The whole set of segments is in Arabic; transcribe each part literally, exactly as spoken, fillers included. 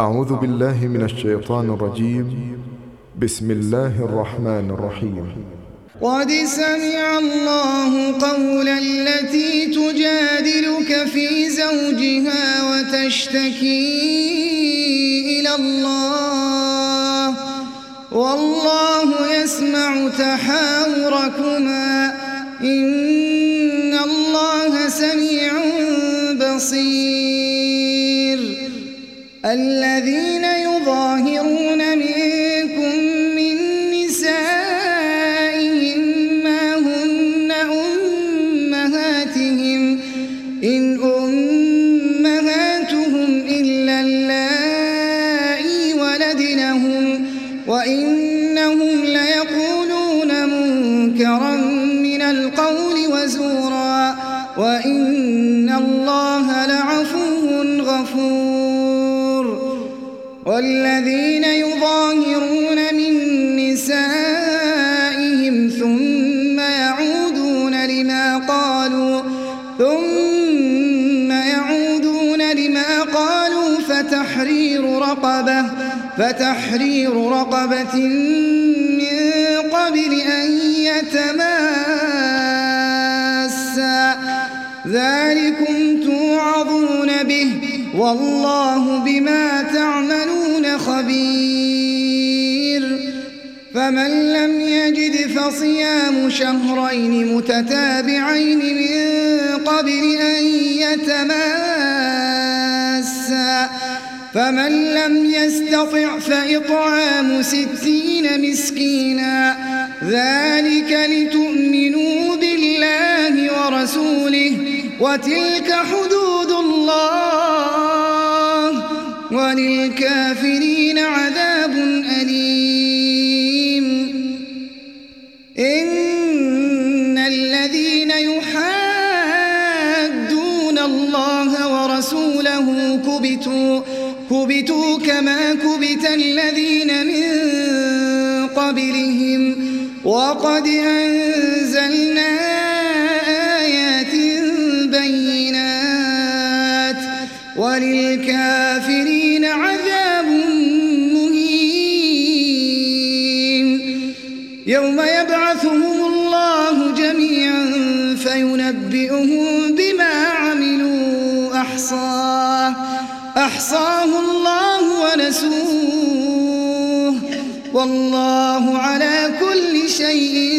أعوذ بالله من الشيطان الرجيم. بسم الله الرحمن الرحيم. قد سمع الله قول التي تجادلك في زوجها وتشتكي إلى الله والله يسمع تحاوركما إن الله سميع بصير. الذين يظاهرون منكم من نسائهم ما هن أمهاتهم إن أمهاتهم إلا اللائي ولدنهم وإنهم ليقولون منكرا من القول وزورا وإن الله لعفو غفور. والذين يظاهرون من نسائهم ثم يعودون لما قالوا ثم يعودون لما قالوا فتحرير رقبة فتحرير رقبة من قبل أن يتماسا ذلكم توعظون به والله بما تعملون خبير. فمن لم يجد فصيام شهرين متتابعين من قبل أن يتماسا فمن لم يستطع فإطعام ستين مسكينا ذلك لتؤمنوا بالله ورسوله وتلك حدود الله وللكافرين عذاب أليم. إن الذين يحادون الله ورسوله كبتوا كبتوا كما كبت الذين من قبلهم وقد أنزلنا آيات بينات وللكافرين عذاب مهين. يوم يبعثهم الله جميعا فينبئهم بما عملوا أحصاه أحصاه الله ونسوه والله على كل شيء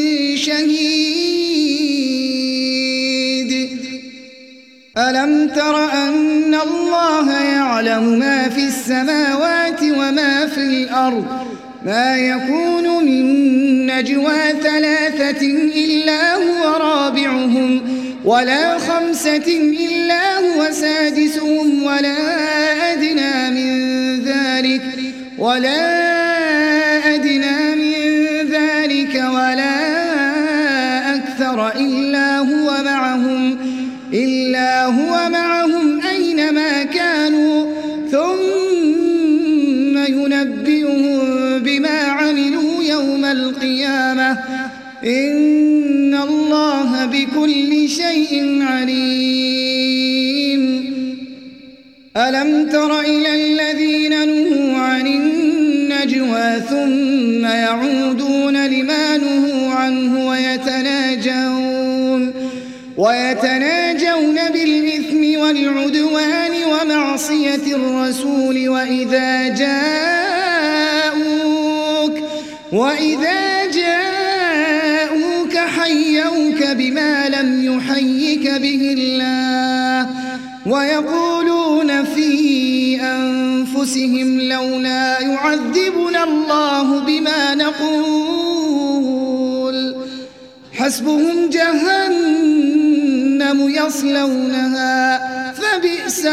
شهيد. ألم تر أن الله يعلم ما في السماوات وما في الأرض ما يكون من نجوى ثلاثة إلا هو رابعهم ولا خمسة إلا هو سادسهم ولا أدنى من ذلك ولا أدنى من ذلك ولا أكثر إلا هو معهم إلا هو معهم أينما كانوا ثم ينبئهم بما عملوا يوم القيامة إن الله بكل شيء عليم. ألم تر إلى الذين نهوا عن النجوى ثم يعودون لما نهوا عنه ويتناجون ويتناجون بالإثم والعدوان ومعصية الرسول وإذا جاءوك وإذا جاءوك حيوك بما لم يحيك به الله ويقولون في أنفسهم لولا يعذبنا الله بما نقول حسبهم جهنم يصلونها فبئس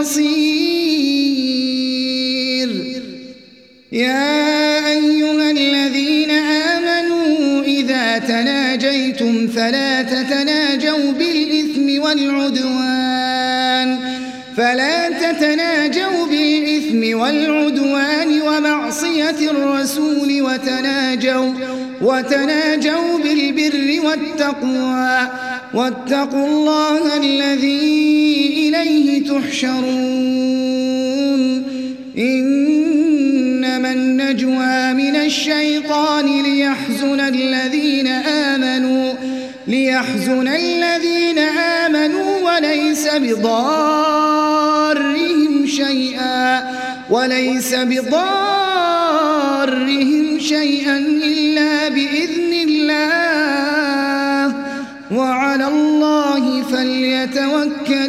المصير. يا أيها الذين آمنوا إذا تناجيتم فلا تتناجوا بالإثم والعدوان فلا تتناجوا بالإثم والعدوان ومعصية الرسول وتناجوا وتناجوا بالبر والتقوى واتقوا الله الذي إليه تحشرون. إنما النجوى من الشيطان ليحزن الذين آمنوا ليحزن الذين آمنوا وليس بضارهم شيئا وليس بضارهم شيئا إلا بإذن الله وعلى الله فليتوكل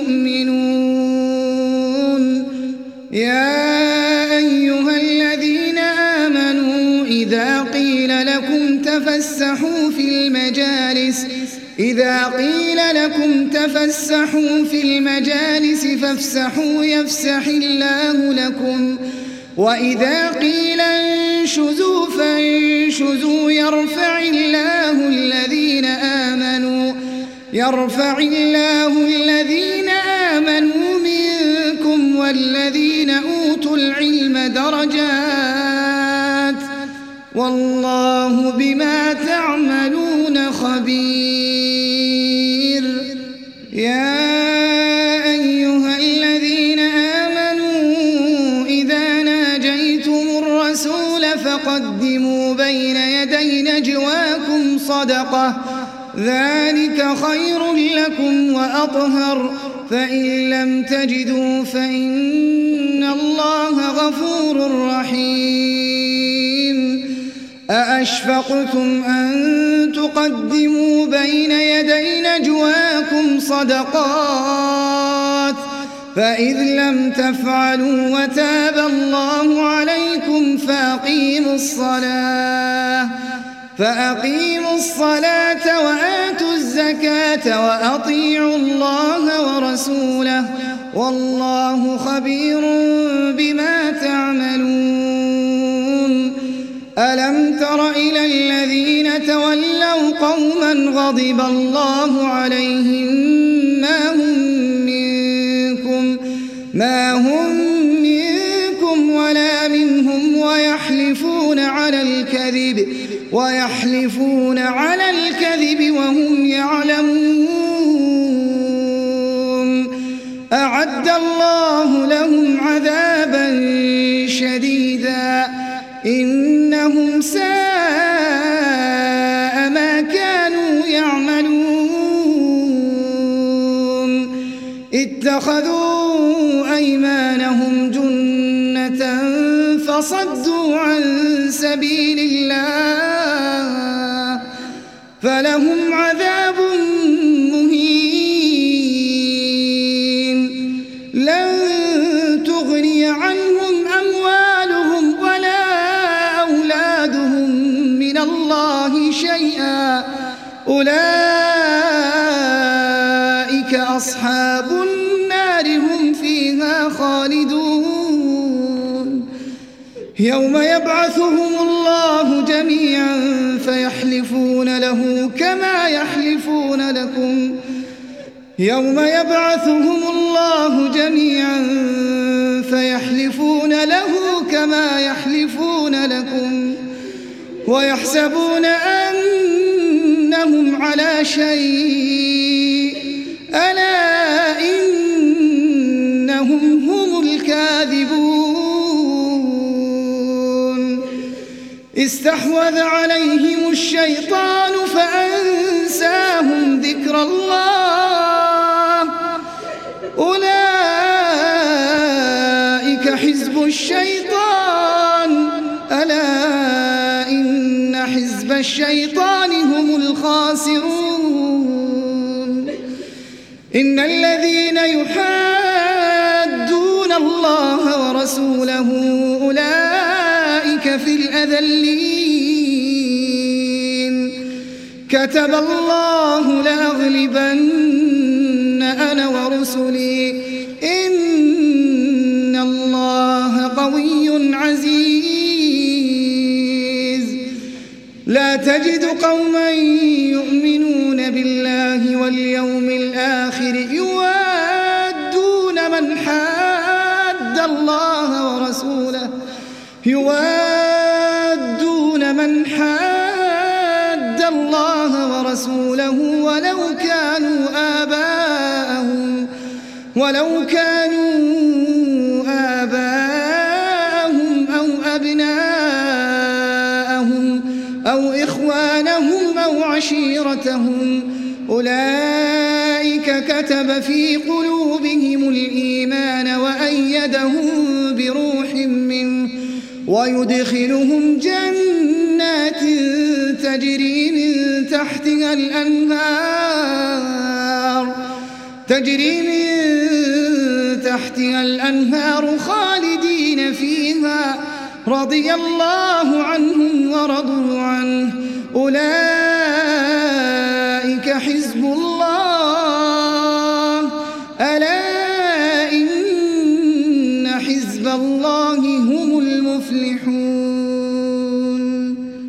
المؤمنون. يا أيها الذين آمنوا إذا قيل لكم تفسحوا في المجالس إذا قيل لكم تفسحوا في المجالس فافسحوا يفسح الله لكم وإذا قيل انشزوا فانشزوا يرفع الله الذين آمنوا يرفع الله الذين آمنوا منكم والذين أوتوا العلم درجات والله بما تعملون خبير. يا أيها الذين آمنوا إذا ناجيتم الرسول فقدموا بين يدي نجواكم صدقة ذلك خير لكم وأطهر فإن لم تجدوا فإن الله غفور رحيم. أأشفقتم أن تقدموا بين يدي نجواكم صدقات فإذ لم تفعلوا وتاب الله عليكم فأقيموا الصلاة فأقيموا الصلاة وآتوا الزكاة وأطيعوا الله ورسوله والله خبير بما تعملون. ألم تر إلى الذين تولوا قوما غضب الله عليهم ما هم منكم ما هم منكم ولا منهم ويحلفون على الكذب ويحلفون على الكذب وهم يعلمون. أعد الله لهم عذابا شديدا إنهم ساء ما كانوا يعملون. اتخذوا أيمانهم جنة فصدوا عن سبيل الله فلهم عذاب مهين. لن تغني عنهم أموالهم ولا أولادهم من الله شيئا أولئك أصحاب النار هم فيها خالدون. يوم يبعثهم الله جميعا فيحلفون له كما يحلفون لكم يوم يبعثهم الله جميعا فيحلفون له كما يحلفون لكم ويحسبون أنهم على شيء ألا إنهم هم الكاذبون. استحوذ عليهم الشيطان فأنساهم ذكر الله أولئك حزب الشيطان ألا إن حزب الشيطان هم الخاسرون. إن الذين يحادون الله ورسوله أولئك في الأذلين. كتب الله لأغلبن أنا ورسلي إن الله قوي عزيز. لا تجد قوما يؤمنون بالله واليوم الآخر يوادون من حاد الله ورسوله يوادون من حاد الله ورسوله ولو كانوا آباءهم ولو كانوا آباءهم أو إخوانهم أو عشيرتهم أولئك كتب في قلوبهم الإيمان وأيدهم بروح منه ويدخلهم جنات تجري من تحتها الأنهار تجري من تحتها الأنهار خالدين فيها رضي الله عنهم ورضوا عنه أولئك حزب الله